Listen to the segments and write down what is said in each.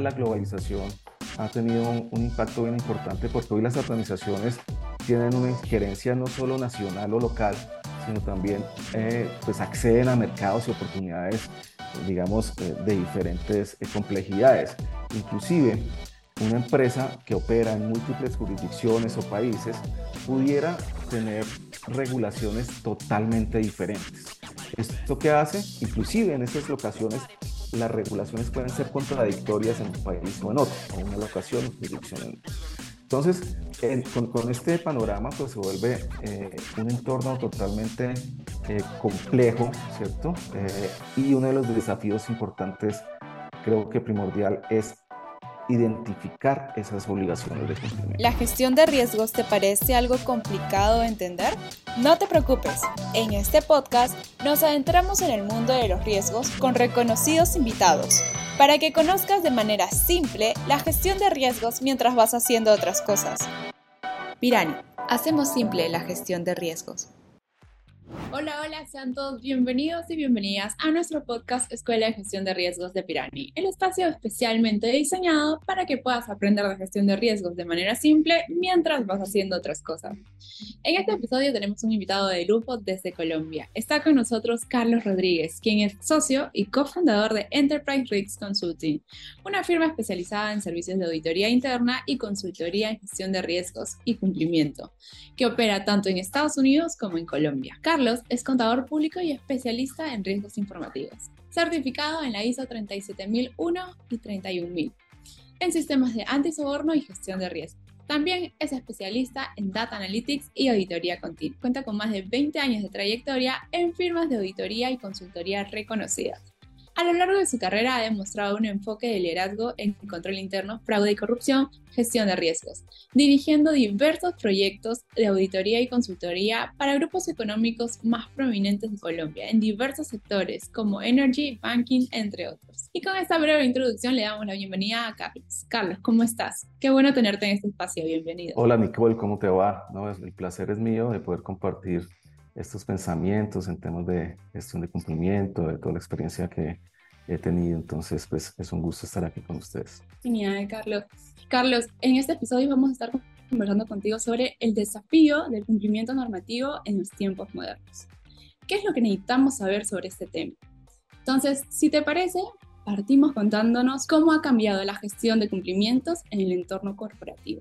la globalización ha tenido un impacto bien importante porque hoy las organizaciones tienen una injerencia no solo nacional o local, sino también pues acceden a mercados y oportunidades, digamos, de diferentes complejidades. Inclusive, una empresa que opera en múltiples jurisdicciones o países pudiera tener regulaciones totalmente diferentes. ¿Esto qué hace? Inclusive en estas locaciones las regulaciones pueden ser contradictorias en un país o en otro, o en una locación o jurisdicción en otra. Entonces, con este panorama, pues se vuelve un entorno totalmente complejo, ¿cierto? Y uno de los desafíos importantes, creo que primordial, es identificar esas obligaciones de cumplimiento. ¿La gestión de riesgos te parece algo complicado de entender? No te preocupes, en este podcast nos adentramos en el mundo de los riesgos con reconocidos invitados, para que conozcas de manera simple la gestión de riesgos mientras vas haciendo otras cosas. Pirani, hacemos simple la gestión de riesgos. Hola, sean todos bienvenidos y bienvenidas a nuestro podcast Escuela de Gestión de Riesgos de Pirani, el espacio especialmente diseñado para que puedas aprender de gestión de riesgos de manera simple mientras vas haciendo otras cosas. En este episodio tenemos un invitado de lujo desde Colombia. Está con nosotros Carlos Rodríguez, quien es socio y cofundador de Enterprise Risk Consulting, una firma especializada en servicios de auditoría interna y consultoría en gestión de riesgos y cumplimiento, que opera tanto en Estados Unidos como en Colombia. Carlos es contador público y especialista en riesgos informativos, certificado en la ISO 37001 y 31000, en sistemas de antisoborno y gestión de riesgo. También es especialista en Data Analytics y auditoría continua. Cuenta con más de 20 años de trayectoria en firmas de auditoría y consultoría reconocidas. A lo largo de su carrera ha demostrado un enfoque de liderazgo en control interno, fraude y corrupción, gestión de riesgos, dirigiendo diversos proyectos de auditoría y consultoría para grupos económicos más prominentes de Colombia, en diversos sectores como energy, banking, entre otros. Y con esta breve introducción le damos la bienvenida a Carlos. Carlos, ¿cómo estás? Qué bueno tenerte en este espacio, bienvenido. Hola Nicole, ¿cómo te va? No, el placer es mío de poder compartir estos pensamientos en temas de gestión de cumplimiento, de toda la experiencia que he tenido. Entonces, pues es un gusto estar aquí con ustedes. Genial, Carlos. Carlos, en este episodio vamos a estar conversando contigo sobre el desafío del cumplimiento normativo en los tiempos modernos. ¿Qué es lo que necesitamos saber sobre este tema? Entonces, si te parece, partimos contándonos cómo ha cambiado la gestión de cumplimientos en el entorno corporativo.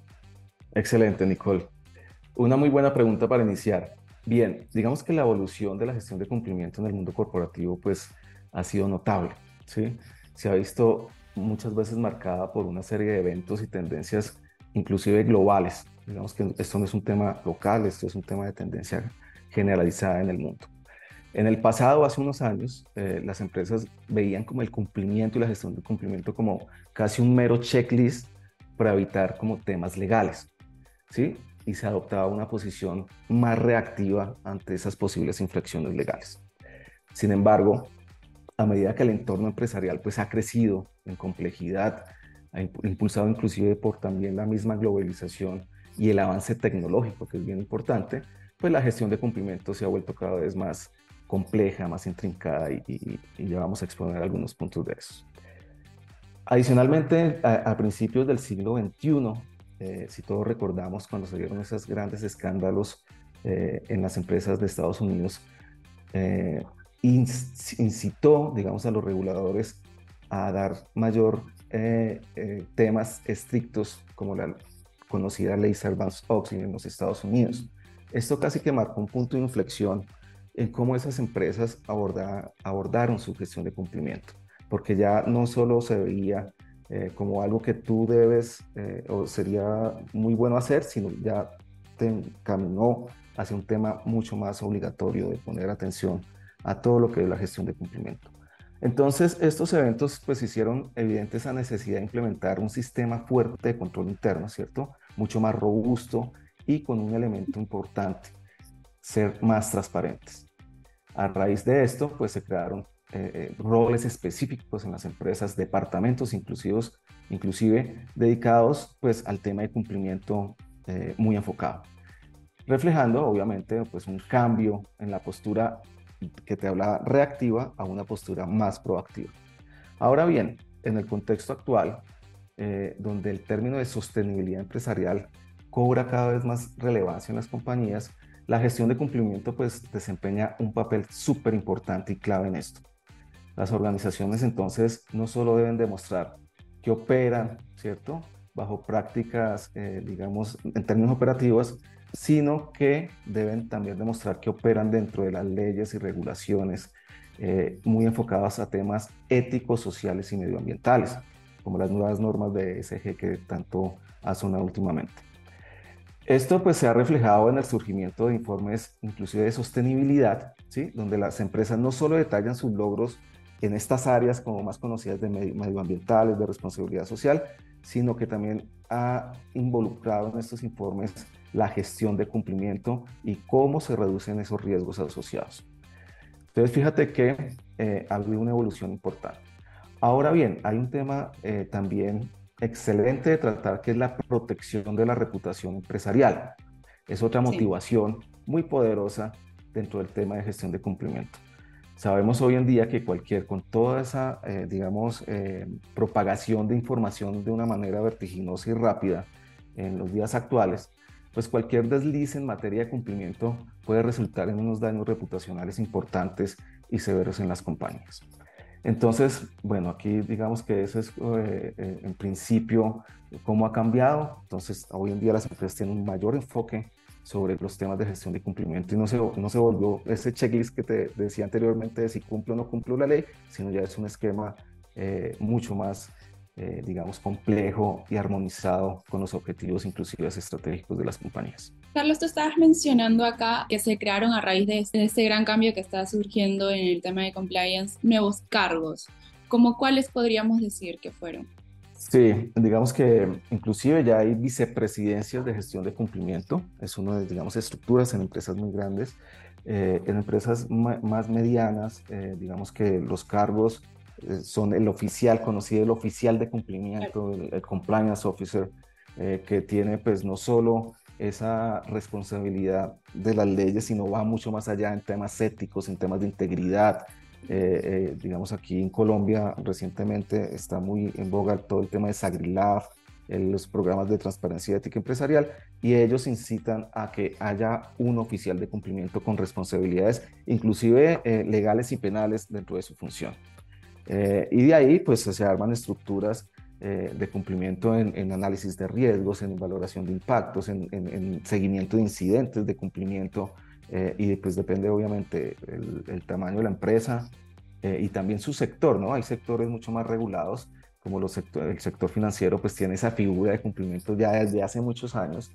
Excelente, Nicole. Una muy buena pregunta para iniciar. Bien, digamos que la evolución de la gestión de cumplimiento en el mundo corporativo pues ha sido notable, ¿sí? Se ha visto muchas veces marcada por una serie de eventos y tendencias inclusive globales. Digamos que esto no es un tema local, esto es un tema de tendencia generalizada en el mundo. En el pasado, hace unos años, las empresas veían como el cumplimiento y la gestión del cumplimiento como casi un mero checklist para evitar como temas legales, ¿sí? Y se adoptaba una posición más reactiva ante esas posibles infracciones legales. Sin embargo, a medida que el entorno empresarial pues, ha crecido en complejidad, impulsado inclusive por también la misma globalización y el avance tecnológico, que es bien importante, pues la gestión de cumplimiento se ha vuelto cada vez más compleja, más intrincada y ya vamos a exponer algunos puntos de eso. Adicionalmente, a principios del siglo XXI, si todos recordamos cuando se dieron esos grandes escándalos en las empresas de Estados Unidos, incitó, digamos, a los reguladores a dar mayor temas estrictos como la conocida ley Sarbanes-Oxley en los Estados Unidos. Esto casi que marcó un punto de inflexión en cómo esas empresas abordaron su gestión de cumplimiento, porque ya no solo se veía como algo que tú debes o sería muy bueno hacer, sino ya te encaminó hacia un tema mucho más obligatorio de poner atención a todo lo que es la gestión de cumplimiento. Entonces, estos eventos pues hicieron evidente esa necesidad de implementar un sistema fuerte de control interno, ¿cierto? Mucho más robusto y con un elemento importante, ser más transparentes. A raíz de esto, pues se crearon roles específicos en las empresas, departamentos inclusive dedicados pues al tema de cumplimiento muy enfocado, reflejando obviamente pues un cambio en la postura que te hablaba reactiva a una postura más proactiva. Ahora bien, en el contexto actual, donde el término de sostenibilidad empresarial cobra cada vez más relevancia en las compañías, la gestión de cumplimiento pues desempeña un papel súper importante y clave en esto. Las organizaciones entonces no solo deben demostrar que operan, ¿cierto?, bajo prácticas, digamos, en términos operativos, sino que deben también demostrar que operan dentro de las leyes y regulaciones muy enfocadas a temas éticos, sociales y medioambientales, como las nuevas normas de ESG que tanto ha sonado últimamente. Esto pues se ha reflejado en el surgimiento de informes inclusive de sostenibilidad, ¿sí?, donde las empresas no solo detallan sus logros en estas áreas como más conocidas de medioambientales, de responsabilidad social, sino que también ha involucrado en estos informes la gestión de cumplimiento y cómo se reducen esos riesgos asociados. Entonces, fíjate que ha habido una evolución importante. Ahora bien, hay un tema también excelente de tratar, que es la protección de la reputación empresarial. Es otra Sí. motivación muy poderosa dentro del tema de gestión de cumplimiento. Sabemos hoy en día que con toda esa, digamos, propagación de información de una manera vertiginosa y rápida en los días actuales, pues cualquier desliz en materia de cumplimiento puede resultar en unos daños reputacionales importantes y severos en las compañías. Entonces, bueno, aquí digamos que eso es en principio cómo ha cambiado. Entonces, hoy en día las empresas tienen un mayor enfoque sobre los temas de gestión de cumplimiento y no se volvió ese checklist que te decía anteriormente de si cumplo o no cumplo la ley, sino ya es un esquema mucho más, digamos, complejo y armonizado con los objetivos inclusive estratégicos de las compañías. Carlos, tú estabas mencionando acá que se crearon a raíz de este gran cambio que está surgiendo en el tema de compliance nuevos cargos. ¿Cómo cuáles podríamos decir que fueron? Sí, digamos que inclusive ya hay vicepresidencias de gestión de cumplimiento, es una de, digamos, estructuras en empresas muy grandes. En empresas más medianas, digamos que los cargos son el oficial, conocido el oficial de cumplimiento, el compliance officer, que tiene pues no solo esa responsabilidad de las leyes, sino va mucho más allá en temas éticos, en temas de integridad. Digamos aquí en Colombia recientemente está muy en boga todo el tema de SAGRILAF, los programas de transparencia y ética empresarial, y ellos incitan a que haya un oficial de cumplimiento con responsabilidades, inclusive legales y penales dentro de su función. Y de ahí pues se arman estructuras de cumplimiento en análisis de riesgos, en valoración de impactos, en seguimiento de incidentes de cumplimiento, y pues depende obviamente el tamaño de la empresa y también su sector, ¿no? Hay sectores mucho más regulados, como el sector financiero, pues tiene esa figura de cumplimiento ya desde hace muchos años,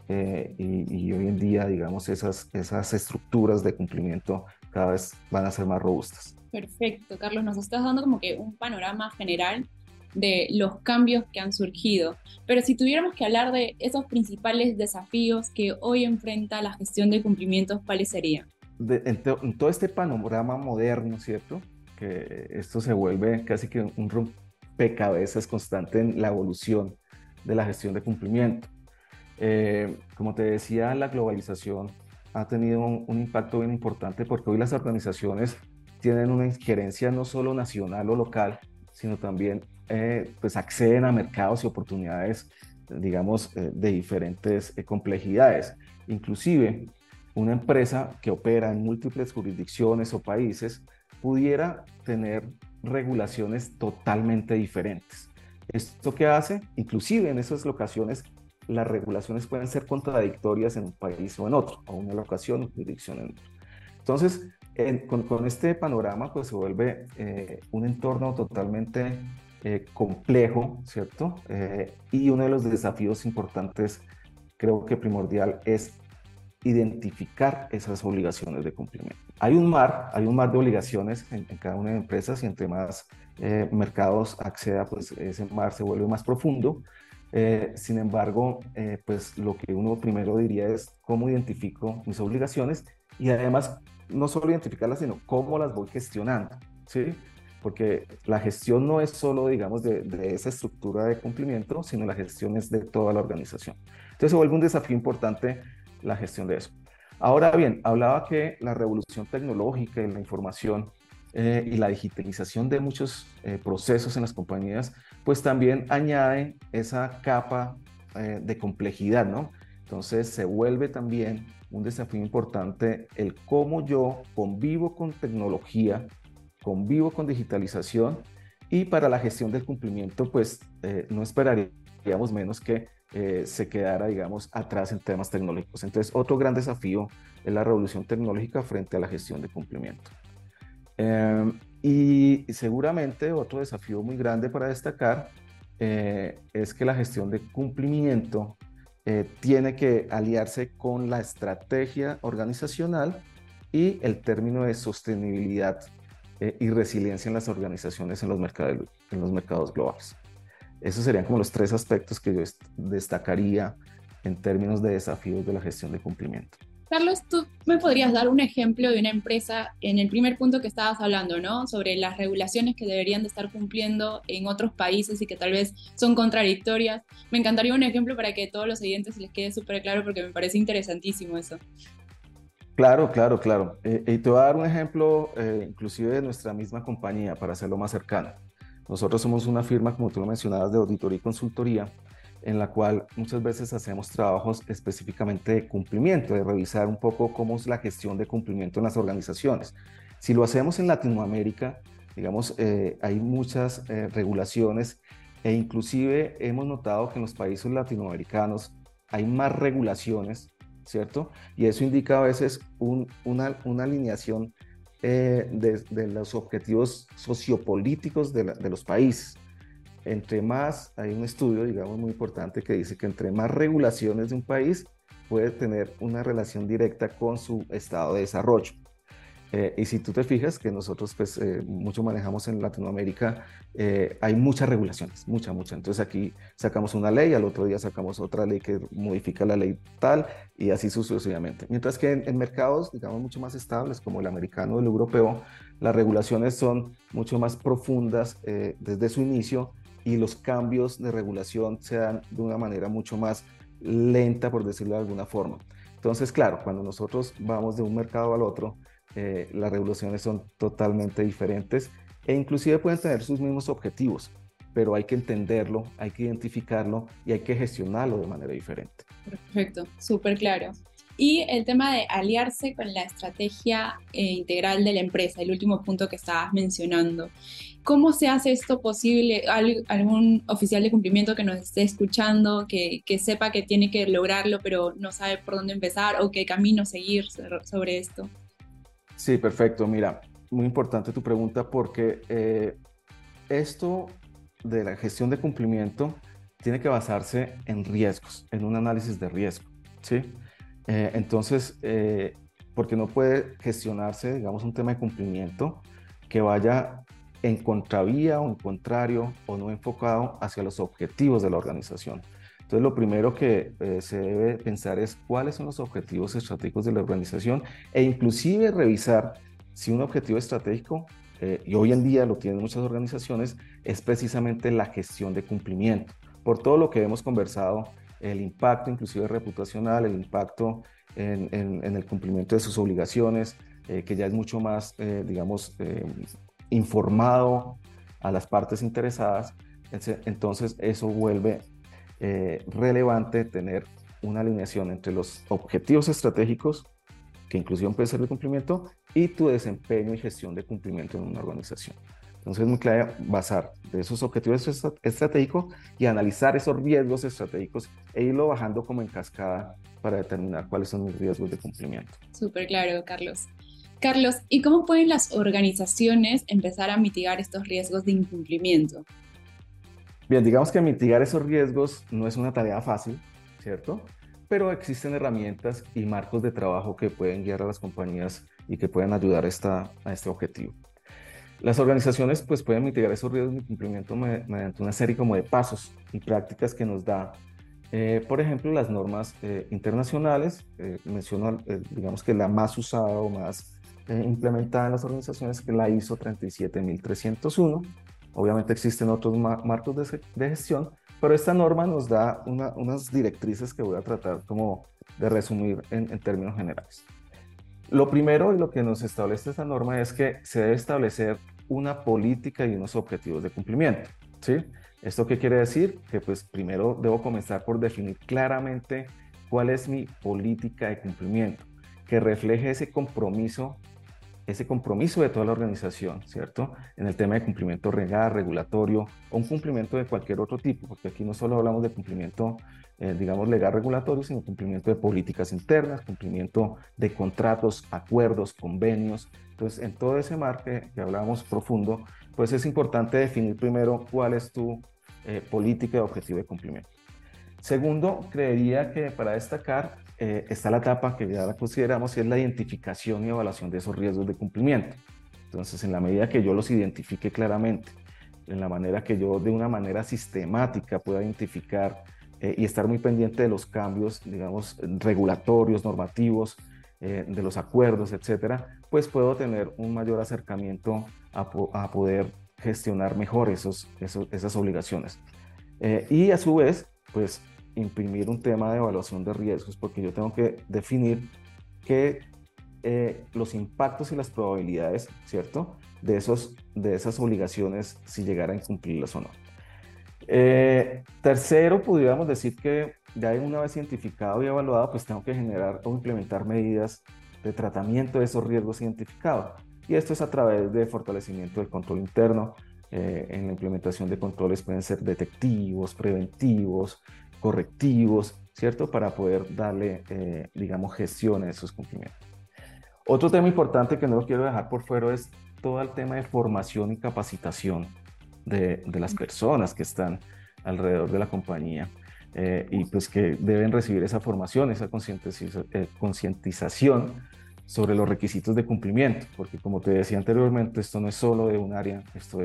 y hoy en día, digamos, esas estructuras de cumplimiento cada vez van a ser más robustas. Perfecto, Carlos, nos estás dando como que un panorama general de los cambios que han surgido. Pero si tuviéramos que hablar de esos principales desafíos que hoy enfrenta la gestión de cumplimientos, ¿cuáles serían? En todo este panorama moderno, ¿cierto? Que esto se vuelve casi que un rompecabezas constante en la evolución de la gestión de cumplimiento. Como te decía, la globalización ha tenido un impacto bien importante porque hoy las organizaciones tienen una injerencia no solo nacional o local, sino también pues acceden a mercados y oportunidades, digamos, de diferentes complejidades. Inclusive, una empresa que opera en múltiples jurisdicciones o países pudiera tener regulaciones totalmente diferentes. ¿Esto qué hace? Inclusive en esas locaciones las regulaciones pueden ser contradictorias en un país o en otro, o una locación o jurisdicción en otro. Entonces, con este panorama, pues se vuelve un entorno totalmente complejo, ¿cierto? Y uno de los desafíos importantes, creo que primordial, es identificar esas obligaciones de cumplimiento. Hay un mar de obligaciones en cada una de las empresas, y entre más mercados acceda, pues ese mar se vuelve más profundo. Sin embargo, pues lo que uno primero diría es cómo identifico mis obligaciones, y además no solo identificarlas, sino cómo las voy gestionando, ¿sí? Porque la gestión no es solo, digamos, de esa estructura de cumplimiento, sino la gestión es de toda la organización. Entonces se vuelve un desafío importante la gestión de eso. Ahora bien, hablaba que la revolución tecnológica y la información y la digitalización de muchos procesos en las compañías, pues también añade esa capa de complejidad, ¿no? Entonces se vuelve también un desafío importante el cómo yo convivo con tecnología, convivo con digitalización y para la gestión del cumplimiento, pues no esperaríamos menos que se quedara, digamos, atrás en temas tecnológicos. Entonces, otro gran desafío es la revolución tecnológica frente a la gestión de cumplimiento. Y seguramente otro desafío muy grande para destacar es que la gestión de cumplimiento tiene que aliarse con la estrategia organizacional y el término de sostenibilidad y resiliencia en las organizaciones en los mercados globales. Esos serían como los tres aspectos que yo destacaría en términos de desafíos de la gestión de cumplimiento. Carlos, ¿tú me podrías dar un ejemplo de una empresa en el primer punto que estabas hablando, ¿no? Sobre las regulaciones que deberían de estar cumpliendo en otros países y que tal vez son contradictorias. Me encantaría un ejemplo para que a todos los oyentes les quede súper claro porque me parece interesantísimo eso. Claro, claro, claro. Y te voy a dar un ejemplo inclusive de nuestra misma compañía para hacerlo más cercano. Nosotros somos una firma, como tú lo mencionabas, de auditoría y consultoría, en la cual muchas veces hacemos trabajos específicamente de cumplimiento, de revisar un poco cómo es la gestión de cumplimiento en las organizaciones. Si lo hacemos en Latinoamérica, digamos, hay muchas regulaciones e inclusive hemos notado que en los países latinoamericanos hay más regulaciones, ¿cierto? Y eso indica a veces una alineación de los objetivos sociopolíticos de los países. Entre más, hay un estudio, digamos, muy importante que dice que entre más regulaciones de un país puede tener una relación directa con su estado de desarrollo. Y si tú te fijas que nosotros pues mucho manejamos en Latinoamérica, hay muchas regulaciones, mucha. Entonces aquí sacamos una ley, al otro día sacamos otra ley que modifica la ley tal y así sucesivamente. Mientras que en mercados, digamos, mucho más estables como el americano o el europeo, las regulaciones son mucho más profundas desde su inicio y los cambios de regulación se dan de una manera mucho más lenta, por decirlo de alguna forma. Entonces, claro, cuando nosotros vamos de un mercado al otro, las regulaciones son totalmente diferentes e inclusive pueden tener sus mismos objetivos, pero hay que entenderlo, hay que identificarlo y hay que gestionarlo de manera diferente. Perfecto, súper claro. Y el tema de aliarse con la estrategia integral de la empresa, el último punto que estabas mencionando. ¿Cómo se hace esto posible? ¿Algún oficial de cumplimiento que nos esté escuchando, que sepa que tiene que lograrlo, pero no sabe por dónde empezar o qué camino seguir sobre esto? Sí, perfecto. Mira, muy importante tu pregunta porque esto de la gestión de cumplimiento tiene que basarse en riesgos, en un análisis de riesgo, ¿sí? Entonces, porque no puede gestionarse, digamos, un tema de cumplimiento que vaya en contravía o en contrario o no enfocado hacia los objetivos de la organización. Entonces, lo primero que se debe pensar es cuáles son los objetivos estratégicos de la organización e inclusive revisar si un objetivo estratégico, y hoy en día lo tienen muchas organizaciones, es precisamente la gestión de cumplimiento. Por todo lo que hemos conversado, el impacto inclusive reputacional, el impacto en el cumplimiento de sus obligaciones, que ya es mucho más, digamos, informado a las partes interesadas. Entonces, eso vuelve relevante tener una alineación entre los objetivos estratégicos, que inclusive puede ser de cumplimiento, y tu desempeño y gestión de cumplimiento en una organización. Entonces es muy clave basar de esos objetivos estratégicos y analizar esos riesgos estratégicos e irlo bajando como en cascada para determinar cuáles son mis riesgos de cumplimiento. Súper claro, Carlos. Carlos, ¿y cómo pueden las organizaciones empezar a mitigar estos riesgos de incumplimiento? Bien, digamos que mitigar esos riesgos no es una tarea fácil, ¿cierto? Pero existen herramientas y marcos de trabajo que pueden guiar a las compañías y que pueden ayudar a este objetivo. Las organizaciones pues pueden mitigar esos riesgos de incumplimiento mediante una serie como de pasos y prácticas que nos da, por ejemplo, las normas internacionales. Menciono, digamos que la más usada o más implementada en las organizaciones, que es la ISO 37301. Obviamente existen otros marcos de gestión, pero esta norma nos da unas directrices que voy a tratar como de resumir en términos generales. Lo primero y lo que nos establece esta norma es que se debe establecer una política y unos objetivos de cumplimiento, ¿sí? ¿Esto qué quiere decir? Que pues primero debo comenzar por definir claramente cuál es mi política de cumplimiento, que refleje ese compromiso de toda la organización, ¿cierto? En el tema de cumplimiento legal, regulatorio o un cumplimiento de cualquier otro tipo, porque aquí no solo hablamos de cumplimiento, digamos, legal regulatorio, sino cumplimiento de políticas internas, cumplimiento de contratos, acuerdos, convenios. Entonces, en todo ese mar que hablábamos profundo, pues es importante definir primero cuál es tu política de objetivo de cumplimiento. Segundo, creería que para destacar está la etapa que ya la consideramos y es la identificación y evaluación de esos riesgos de cumplimiento. Entonces, en la medida que yo los identifique claramente, en la manera que yo de una manera sistemática pueda identificar y estar muy pendiente de los cambios, digamos, regulatorios, normativos, de los acuerdos, etcétera, pues puedo tener un mayor acercamiento a poder gestionar mejor esas obligaciones. Y a su vez, pues imprimir un tema de evaluación de riesgos, porque yo tengo que definir que los impactos y las probabilidades, ¿cierto? De esas obligaciones, si llegara a incumplirlas o no. Tercero, pudiéramos decir que ya una vez identificado y evaluado, pues tengo que generar o implementar medidas de tratamiento de esos riesgos identificados. Y esto es a través de fortalecimiento del control interno. En la implementación de controles pueden ser detectivos, preventivos, correctivos, ¿cierto? Para poder darle, digamos, gestión a esos cumplimientos. Otro tema importante que no lo quiero dejar por fuera es todo el tema de formación y capacitación de las personas que están alrededor de la compañía y pues que deben recibir esa formación, esa concientización sobre los requisitos de cumplimiento, porque como te decía anteriormente, esto no es solo de un área, esto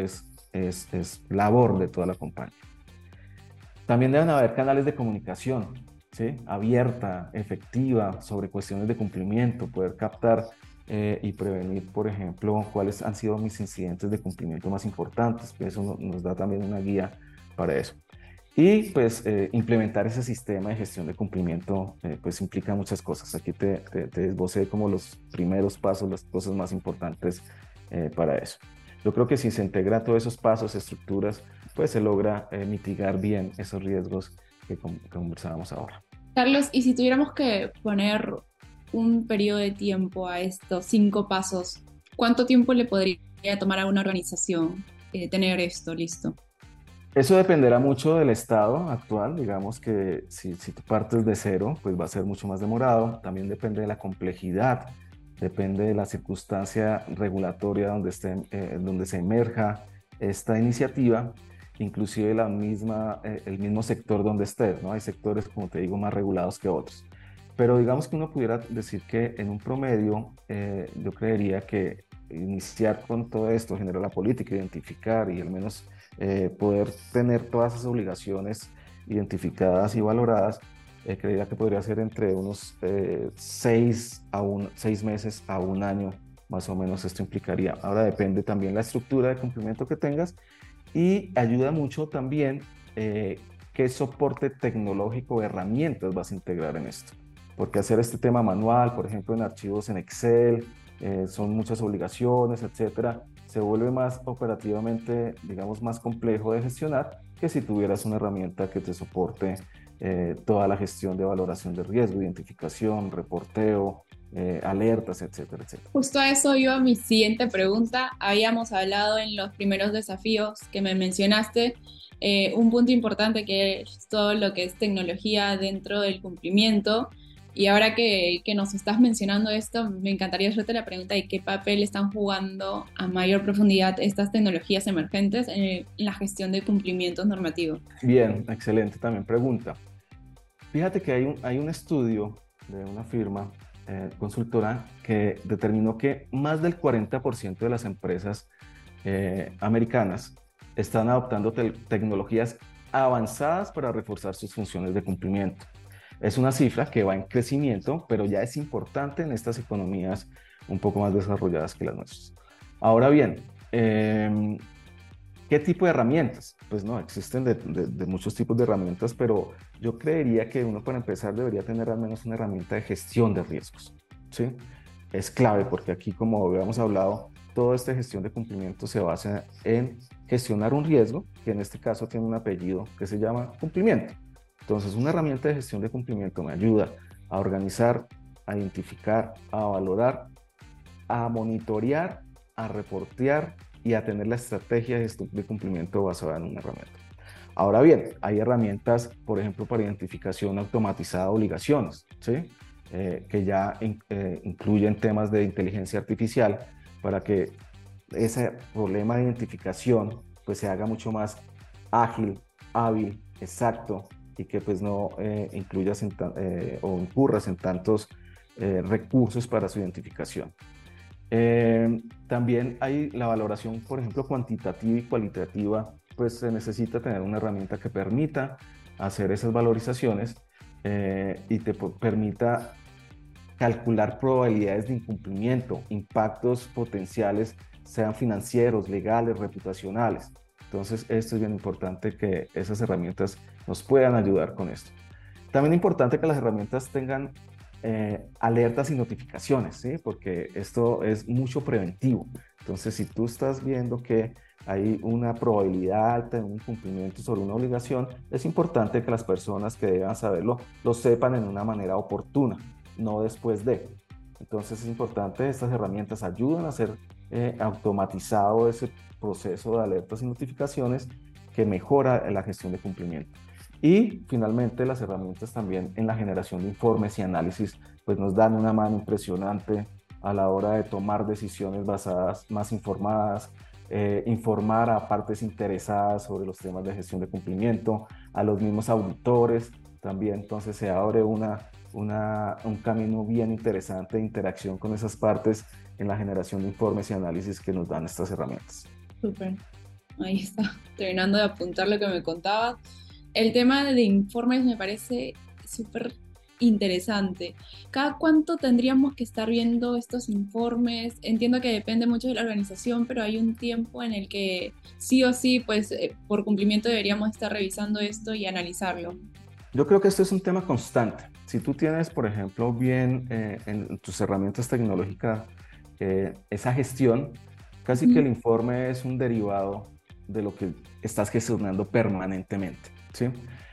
es labor de toda la compañía. También deben haber canales de comunicación, ¿sí? Abierta, efectiva, sobre cuestiones de cumplimiento, poder captar y prevenir, por ejemplo, cuáles han sido mis incidentes de cumplimiento más importantes, que eso nos da también una guía para eso. Y pues implementar ese sistema de gestión de cumplimiento pues implica muchas cosas. Aquí te esbocé como los primeros pasos, las cosas más importantes para eso. Yo creo que si se integra todos esos pasos, estructuras, pues se logra mitigar bien esos riesgos que conversábamos ahora. Carlos, y si tuviéramos que poner un periodo de tiempo a estos 5 pasos, ¿cuánto tiempo le podría tomar a una organización tener esto listo? Eso dependerá mucho del estado actual, digamos que si tú partes de cero, pues va a ser mucho más demorado. También depende de la complejidad, depende de la circunstancia regulatoria donde se emerja esta iniciativa, inclusive el mismo sector donde estés, ¿no? Hay sectores, como te digo, más regulados que otros. Pero digamos que uno pudiera decir que en un promedio, yo creería que iniciar con todo esto, generar la política, identificar y al menos poder tener todas esas obligaciones identificadas y valoradas, creería que podría ser entre unos 6 meses a un año, más o menos esto implicaría. Ahora depende también la estructura de cumplimiento que tengas y ayuda mucho también qué soporte tecnológico o herramientas vas a integrar en esto. Porque hacer este tema manual, por ejemplo, en archivos en Excel, son muchas obligaciones, etcétera, se vuelve más operativamente, digamos, más complejo de gestionar que si tuvieras una herramienta que te soporte toda la gestión de valoración de riesgo, identificación, reporteo, alertas, etcétera, etcétera. Justo a eso iba mi siguiente pregunta. Habíamos hablado en los primeros desafíos que me mencionaste, un punto importante que es todo lo que es tecnología dentro del cumplimiento. Y ahora que nos estás mencionando esto, me encantaría hacerte la pregunta de qué papel están jugando a mayor profundidad estas tecnologías emergentes en la gestión de cumplimientos normativos. Bien, excelente también pregunta. Fíjate que hay un estudio de una firma consultora que determinó que más del 40% de las empresas americanas están adoptando tecnologías avanzadas para reforzar sus funciones de cumplimiento. Es una cifra que va en crecimiento, pero ya es importante en estas economías un poco más desarrolladas que las nuestras. Ahora bien, ¿qué tipo de herramientas? Pues no, existen de muchos tipos de herramientas, pero yo creería que uno para empezar debería tener al menos una herramienta de gestión de riesgos, ¿sí? es clave porque aquí, como habíamos hablado, toda esta gestión de cumplimiento se basa en gestionar un riesgo, que en este caso tiene un apellido que se llama cumplimiento. Entonces, una herramienta de gestión de cumplimiento me ayuda a organizar, a identificar, a valorar, a monitorear, a reportear y a tener la estrategia de cumplimiento basada en una herramienta. Ahora bien, hay herramientas, por ejemplo, para identificación automatizada de obligaciones, ¿sí? Que ya incluyen temas de inteligencia artificial para que ese problema de identificación pues se haga mucho más ágil, hábil, exacto y que pues no incluyas o incurras en tantos recursos para su identificación. También hay la valoración, por ejemplo, cuantitativa y cualitativa, pues se necesita tener una herramienta que permita hacer esas valorizaciones y te permita calcular probabilidades de incumplimiento, impactos potenciales, sean financieros, legales, reputacionales. Entonces, esto es bien importante que esas herramientas nos puedan ayudar con esto. También es importante que las herramientas tengan alertas y notificaciones, ¿sí? Porque esto es mucho preventivo. Entonces, si tú estás viendo que hay una probabilidad alta de un incumplimiento sobre una obligación, es importante que las personas que deban saberlo lo sepan en una manera oportuna, no después de. Entonces, es importante, estas herramientas ayudan a hacer automatizado ese proceso de alertas y notificaciones que mejora la gestión de cumplimiento. Y finalmente las herramientas también en la generación de informes y análisis pues nos dan una mano impresionante a la hora de tomar decisiones basadas, más informadas, informar a partes interesadas sobre los temas de gestión de cumplimiento, a los mismos auditores también. Entonces se abre un camino bien interesante de interacción con esas partes en la generación de informes y análisis que nos dan estas herramientas. Súper, ahí está, terminando de apuntar lo que me contabas. El tema de informes me parece súper interesante. ¿Cada cuánto tendríamos que estar viendo estos informes? Entiendo que depende mucho de la organización, pero hay un tiempo en el que sí o sí, pues por cumplimiento deberíamos estar revisando esto y analizarlo. Yo creo que esto es un tema constante. Si tú tienes, por ejemplo, bien en tus herramientas tecnológicas esa gestión, casi que el informe es un derivado de lo que estás gestionando permanentemente, ¿sí?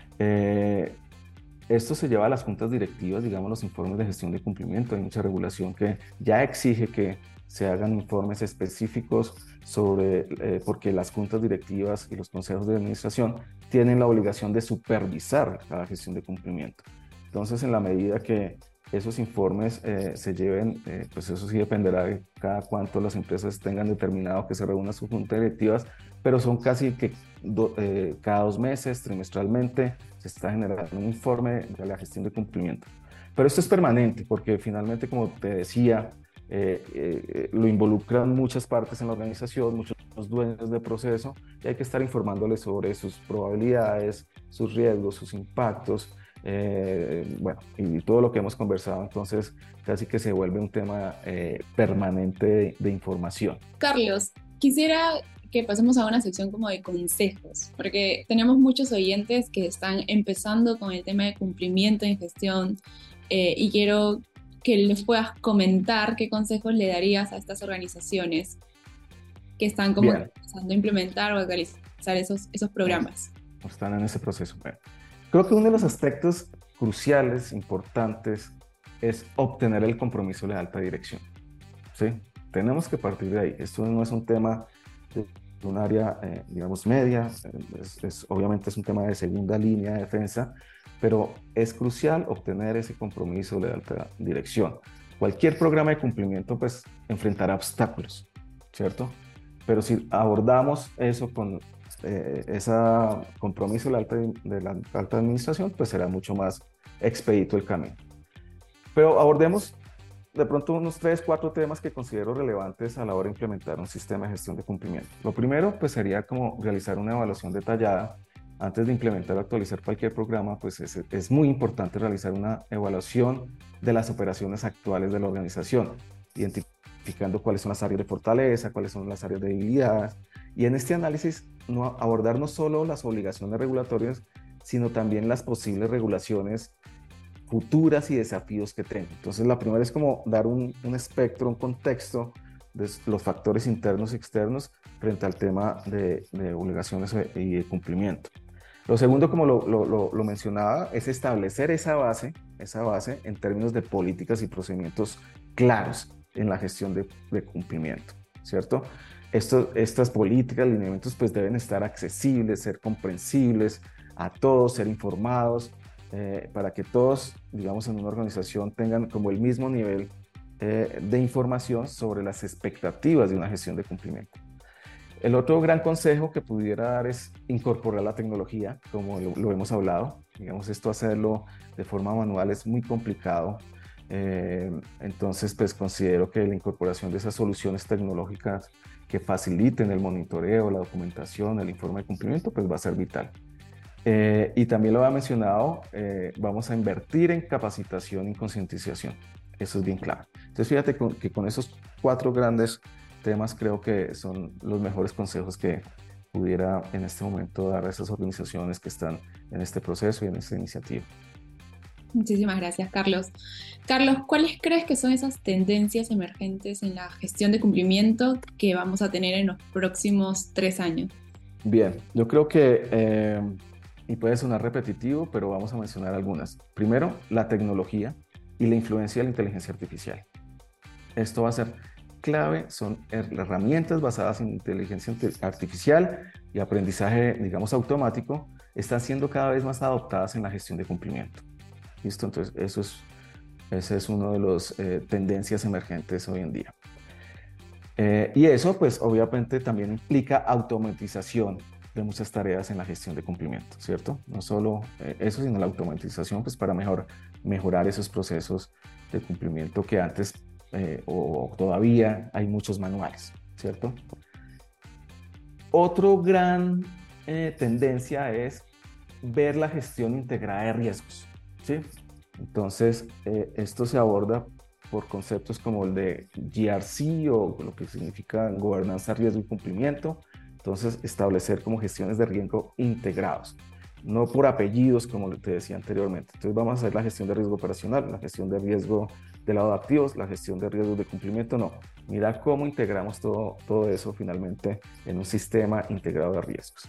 Esto se lleva a las juntas directivas, digamos, los informes de gestión de cumplimiento. Hay mucha regulación que ya exige que se hagan informes específicos sobre, porque las juntas directivas y los consejos de administración tienen la obligación de supervisar la gestión de cumplimiento. Entonces, en la medida que esos informes se lleven, pues eso sí dependerá de cada cuánto las empresas tengan determinado que se reúnan sus juntas directivas, pero son casi que cada 2 meses, trimestralmente, se está generando un informe de la gestión de cumplimiento. Pero esto es permanente porque finalmente, como te decía, lo involucran muchas partes en la organización, muchos dueños de proceso, y hay que estar informándoles sobre sus probabilidades, sus riesgos, sus impactos, bueno, y todo lo que hemos conversado. Entonces casi que se vuelve un tema permanente de información. Carlos, quisiera que pasemos a una sección como de consejos, porque tenemos muchos oyentes que están empezando con el tema de cumplimiento en gestión y quiero que les puedas comentar qué consejos le darías a estas organizaciones que están como empezando a implementar o a realizar esos programas. Están en ese proceso. Bueno, creo que uno de los aspectos cruciales, importantes, es obtener el compromiso de alta dirección. ¿Sí? Tenemos que partir de ahí. Esto no es un tema de un área, digamos, media, obviamente es un tema de segunda línea de defensa, pero es crucial obtener ese compromiso de alta dirección. Cualquier programa de cumplimiento, pues, enfrentará obstáculos, ¿cierto? Pero si abordamos eso con ese compromiso de la alta administración, pues será mucho más expedito el camino. Pero abordemos de pronto unos 3, 4 temas que considero relevantes a la hora de implementar un sistema de gestión de cumplimiento. Lo primero, pues sería como realizar una evaluación detallada. Antes de implementar o actualizar cualquier programa, pues es muy importante realizar una evaluación de las operaciones actuales de la organización, identificando cuáles son las áreas de fortaleza, cuáles son las áreas de debilidad, y en este análisis abordar no solo las obligaciones regulatorias, sino también las posibles regulaciones futuras y desafíos que tengo. Entonces, la primera es como dar un espectro, un contexto de los factores internos y externos frente al tema de obligaciones y de cumplimiento. Lo segundo, como lo mencionaba, es establecer esa base en términos de políticas y procedimientos claros en la gestión de cumplimiento, ¿cierto? Estas políticas, lineamientos, pues deben estar accesibles, ser comprensibles a todos, ser informados, para que todos, digamos, en una organización tengan como el mismo nivel de información sobre las expectativas de una gestión de cumplimiento. El otro gran consejo que pudiera dar es incorporar la tecnología, como lo hemos hablado. Digamos, esto hacerlo de forma manual es muy complicado. Entonces, pues considero que la incorporación de esas soluciones tecnológicas que faciliten el monitoreo, la documentación, el informe de cumplimiento, pues va a ser vital. Y también lo había mencionado, vamos a invertir en capacitación y concientización. Eso es bien claro. Entonces, fíjate que con esos 4 grandes temas creo que son los mejores consejos que pudiera en este momento dar a esas organizaciones que están en este proceso y en esta iniciativa. Muchísimas gracias, Carlos. Carlos, ¿cuáles crees que son esas tendencias emergentes en la gestión de cumplimiento que vamos a tener en los próximos 3 años? Bien, yo creo que, y puede sonar repetitivo, pero vamos a mencionar algunas. Primero, la tecnología y la influencia de la inteligencia artificial. Esto va a ser clave, son herramientas basadas en inteligencia artificial y aprendizaje, digamos, automático, están siendo cada vez más adoptadas en la gestión de cumplimiento. ¿Listo? Entonces, ese es uno de las tendencias emergentes hoy en día. Y eso, pues, obviamente también implica automatización de muchas tareas en la gestión de cumplimiento, ¿cierto? No solo eso, sino la automatización, pues, para mejorar esos procesos de cumplimiento que antes o todavía hay muchos manuales, ¿cierto? Otro gran tendencia es ver la gestión integrada de riesgos, ¿sí? Entonces, esto se aborda por conceptos como el de GRC o lo que significa gobernanza, riesgo y cumplimiento. Entonces, establecer como gestiones de riesgo integrados, no por apellidos, como te decía anteriormente. Entonces, vamos a hacer la gestión de riesgo operacional, la gestión de riesgo del lado de activos, la gestión de riesgos de cumplimiento, no. Mira cómo integramos todo eso finalmente en un sistema integrado de riesgos.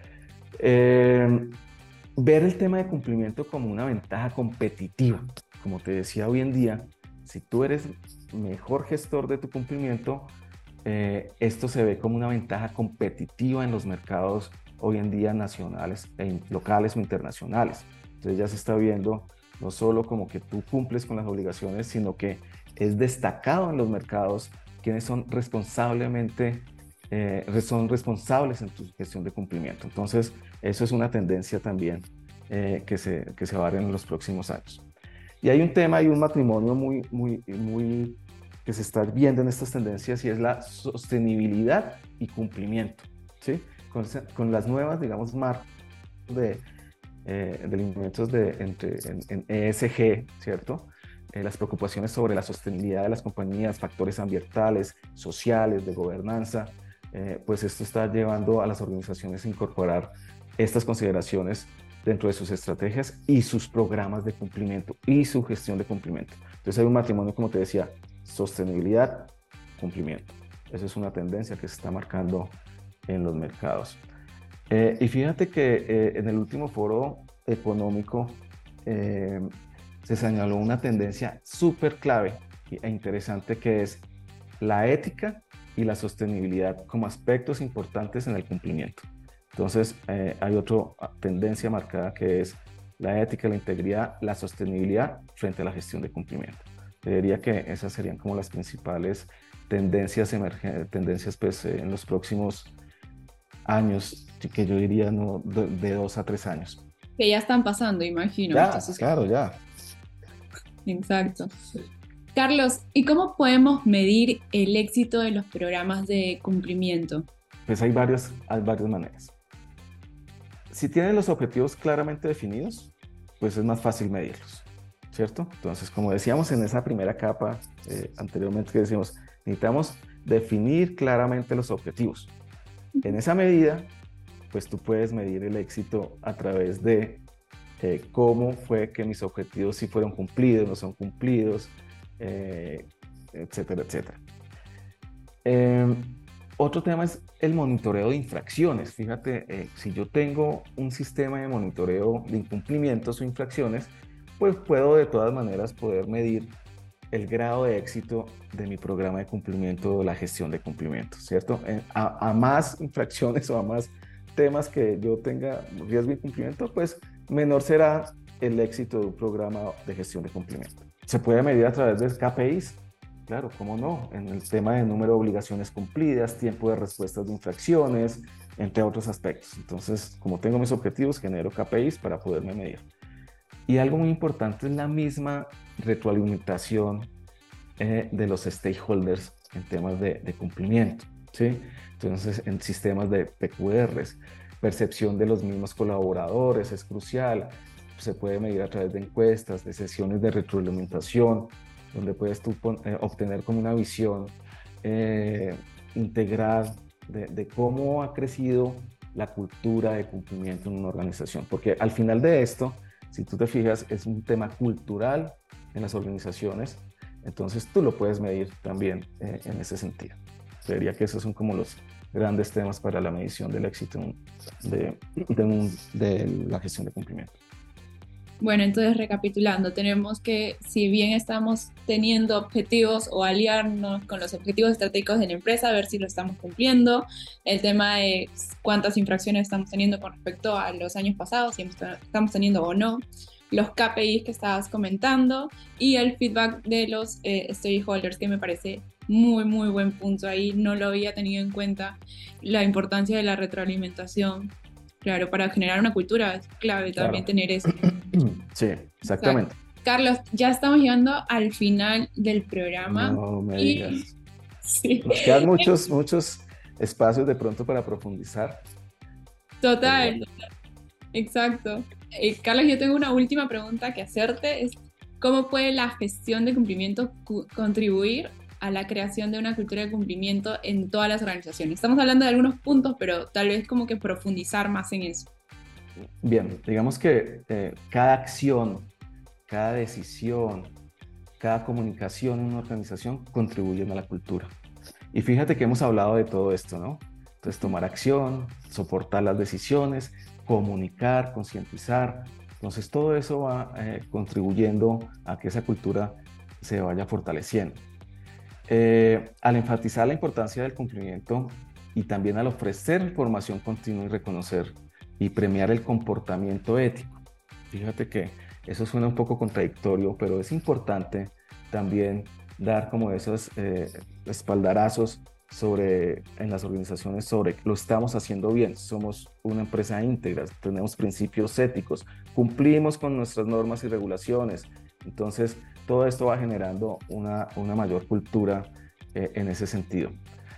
Ver el tema de cumplimiento como una ventaja competitiva. Como te decía, hoy en día, si tú eres mejor gestor de tu cumplimiento, esto se ve como una ventaja competitiva en los mercados hoy en día nacionales, locales o internacionales. Entonces ya se está viendo no solo como que tú cumples con las obligaciones, sino que es destacado en los mercados quienes son responsables en tu gestión de cumplimiento. Entonces, eso es una tendencia también que se va a dar en los próximos años. Y hay un tema y un matrimonio muy que se está viendo en estas tendencias y es la sostenibilidad y cumplimiento, ¿sí? Con las nuevas, digamos, marcas de lineamientos en ESG, ¿cierto? Las preocupaciones sobre la sostenibilidad de las compañías, factores ambientales, sociales, de gobernanza, pues esto está llevando a las organizaciones a incorporar estas consideraciones dentro de sus estrategias y sus programas de cumplimiento y su gestión de cumplimiento. Entonces hay un matrimonio, como te decía, sostenibilidad, cumplimiento. Esa es una tendencia que se está marcando en los mercados. Y fíjate que en el último foro económico se señaló una tendencia súper clave e interesante que es la ética y la sostenibilidad como aspectos importantes en el cumplimiento. Entonces hay otra tendencia marcada que es la ética, la integridad, la sostenibilidad frente a la gestión de cumplimiento. Yo diría que esas serían como las principales tendencias emergentes pues, en los próximos años, que yo diría no, de 2 a 3 años. Que ya están pasando, imagino. Ya, Entonces, claro, ya. Exacto. Carlos, ¿y cómo podemos medir el éxito de los programas de cumplimiento? Pues hay varias maneras. Si tienen los objetivos claramente definidos, pues es más fácil medirlos, ¿cierto? Entonces, como decíamos en esa primera capa anteriormente que decíamos, necesitamos definir claramente los objetivos. En esa medida, pues tú puedes medir el éxito a través de cómo fue que mis objetivos sí fueron cumplidos, no son cumplidos, etcétera, etcétera. Eh, Otro tema es el monitoreo de infracciones. Fíjate, si yo tengo un sistema de monitoreo de incumplimientos o infracciones, pues puedo de todas maneras poder medir el grado de éxito de mi programa de cumplimiento o la gestión de cumplimientos, ¿cierto? A más infracciones o a más temas que yo tenga riesgo de incumplimiento, pues menor será el éxito de un programa de gestión de cumplimiento. Se puede medir a través de KPIs, claro, cómo no, en el tema de número de obligaciones cumplidas, tiempo de respuestas de infracciones, entre otros aspectos. Entonces, como tengo mis objetivos, genero KPIs para poderme medir. Y algo muy importante es la misma retroalimentación de los stakeholders en temas de cumplimiento, ¿sí? Entonces, en sistemas de PQRs, percepción de los mismos colaboradores es crucial. Se puede medir a través de encuestas, de sesiones de retroalimentación, donde puedes tú obtener como una visión integral de cómo ha crecido la cultura de cumplimiento en una organización. Porque al final de esto, si tú te fijas, es un tema cultural en las organizaciones, entonces tú lo puedes medir también en ese sentido. Creería que esos son como los grandes temas para la medición del éxito de la gestión de cumplimiento. Bueno, entonces recapitulando, tenemos que, si bien estamos teniendo objetivos o aliarnos con los objetivos estratégicos de la empresa, ver si lo estamos cumpliendo, el tema de cuántas infracciones estamos teniendo con respecto a los años pasados, si estamos teniendo o no, los KPIs que estabas comentando y el feedback de los stakeholders, que me parece muy, muy buen punto ahí, no lo había tenido en cuenta, la importancia de la retroalimentación. Claro, para generar una cultura es clave también tener eso. Sí, exactamente. Exacto. Carlos, ya estamos llegando al final del programa. No me digas. Sí. Nos quedan muchos espacios de pronto para profundizar. Total. Exacto. Carlos, yo tengo una última pregunta que hacerte. ¿Cómo puede la gestión de cumplimiento contribuir a la creación de una cultura de cumplimiento en todas las organizaciones? Estamos hablando de algunos puntos, pero tal vez como que profundizar más en eso. Bien, digamos que cada acción, cada decisión, cada comunicación en una organización contribuyen a la cultura. Y fíjate que hemos hablado de todo esto, ¿no? Entonces, tomar acción, soportar las decisiones, comunicar, concientizar. Entonces, todo eso va contribuyendo a que esa cultura se vaya fortaleciendo. Al enfatizar la importancia del cumplimiento y también al ofrecer formación continua y reconocer y premiar el comportamiento ético. Fíjate que eso suena un poco contradictorio, pero es importante también dar como esos espaldarazos en las organizaciones sobre lo estamos haciendo bien, somos una empresa íntegra, tenemos principios éticos, cumplimos con nuestras normas y regulaciones. Entonces, todo esto va generando una mayor cultura en ese sentido.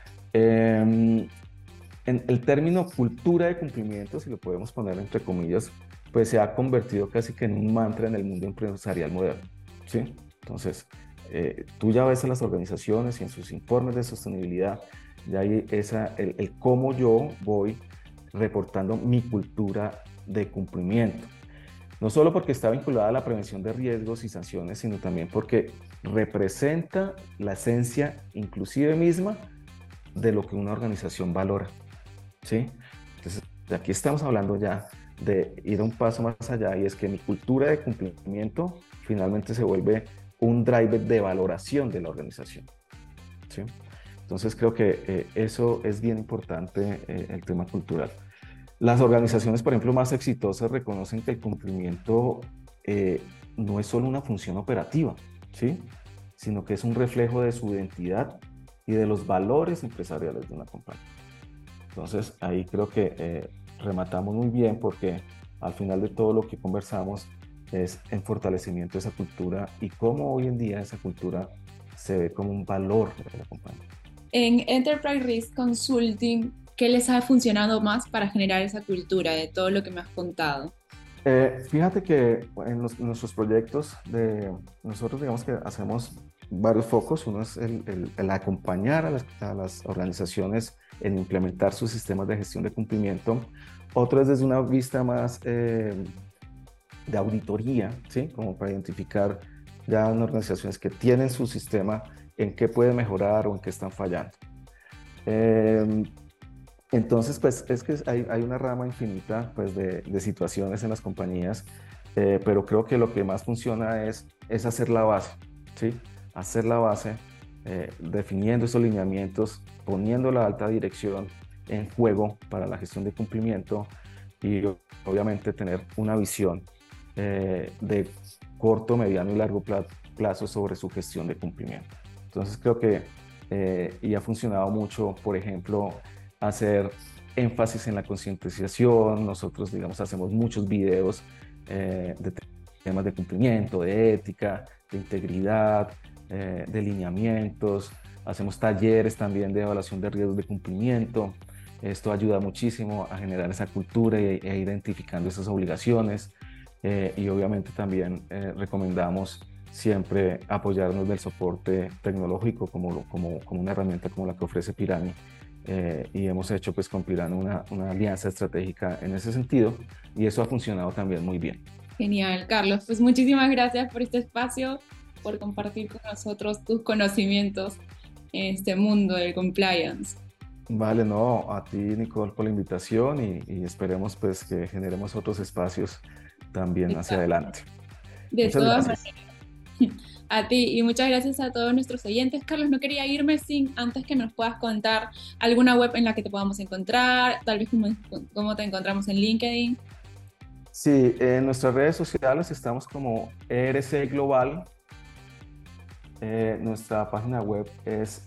El término cultura de cumplimiento, si lo podemos poner entre comillas, pues se ha convertido casi que en un mantra en el mundo empresarial moderno, ¿sí? Entonces, tú ya ves en las organizaciones y en sus informes de sostenibilidad, ya hay el cómo yo voy reportando mi cultura de cumplimiento. No solo porque está vinculada a la prevención de riesgos y sanciones, sino también porque representa la esencia inclusive misma de lo que una organización valora, ¿sí? Entonces, de aquí estamos hablando ya de ir un paso más allá, y es que mi cultura de cumplimiento finalmente se vuelve un driver de valoración de la organización, ¿sí? Entonces creo que eso es bien importante, el tema cultural. Las organizaciones, por ejemplo, más exitosas reconocen que el cumplimiento no es solo una función operativa, ¿sí? Sino que es un reflejo de su identidad y de los valores empresariales de una compañía. Entonces, ahí creo que rematamos muy bien, porque al final de todo lo que conversamos es en fortalecimiento de esa cultura y cómo hoy en día esa cultura se ve como un valor de la compañía. En Enterprise Risk Consulting, ¿qué les ha funcionado más para generar esa cultura de todo lo que me has contado? Fíjate que en nuestros proyectos, nosotros digamos que hacemos varios focos. Uno es el acompañar a las organizaciones en implementar sus sistemas de gestión de cumplimiento. Otro es desde una vista más de auditoría, ¿sí? Como para identificar ya en organizaciones que tienen su sistema en qué puede mejorar o en qué están fallando. Eh, entonces, pues es que hay una rama infinita pues, de situaciones en las compañías, pero creo que lo que más funciona es hacer la base, ¿sí? Hacer la base, definiendo esos lineamientos, poniendo la alta dirección en juego para la gestión de cumplimiento y obviamente tener una visión de corto, mediano y largo plazo sobre su gestión de cumplimiento. Entonces creo que y ha funcionado mucho, por ejemplo, hacer énfasis en la concientización. Nosotros, digamos, hacemos muchos videos de temas de cumplimiento, de ética, de integridad, de lineamientos. Hacemos talleres también de evaluación de riesgos de cumplimiento. Esto ayuda muchísimo a generar esa cultura e identificando esas obligaciones. Y obviamente también recomendamos siempre apoyarnos del soporte tecnológico como una herramienta como la que ofrece Pirani. Y hemos hecho pues con Pirani una alianza estratégica en ese sentido y eso ha funcionado también muy bien. Genial, Carlos. Pues muchísimas gracias por este espacio, por compartir con nosotros tus conocimientos en este mundo del compliance. Vale, no, a ti Nicole por la invitación y esperemos pues que generemos otros espacios también hacia adelante. De Muchas todas gracias. maneras, a ti y muchas gracias a todos nuestros oyentes. Carlos, no quería irme sin antes que nos puedas contar alguna web en la que te podamos encontrar, tal vez cómo te encontramos en LinkedIn. Sí, en nuestras redes sociales estamos como ERC Global. Nuestra página web es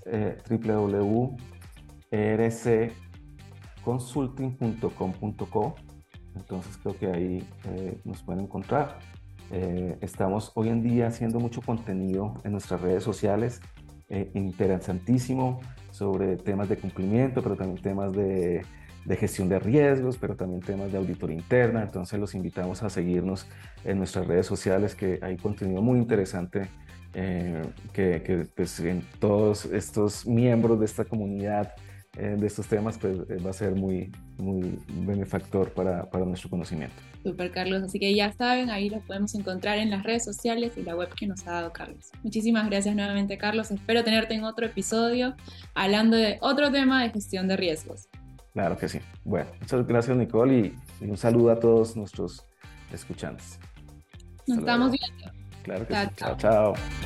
www.ercconsulting.com.co. Entonces creo que ahí nos pueden encontrar. Estamos hoy en día haciendo mucho contenido en nuestras redes sociales, interesantísimo sobre temas de cumplimiento, pero también temas de gestión de riesgos, pero también temas de auditoría interna. Entonces los invitamos a seguirnos en nuestras redes sociales, que hay contenido muy interesante que pues, en todos estos miembros de esta comunidad de estos temas pues, va a ser muy benefactor para nuestro conocimiento. Super, Carlos. Así que ya saben, ahí lo podemos encontrar en las redes sociales y la web que nos ha dado Carlos. Muchísimas gracias nuevamente, Carlos. Espero tenerte en otro episodio hablando de otro tema de gestión de riesgos. Claro que sí. Bueno, muchas gracias, Nicole, y un saludo a todos nuestros escuchantes. Nos estamos viendo. Claro que Chao, sí. Chao, chao. chao.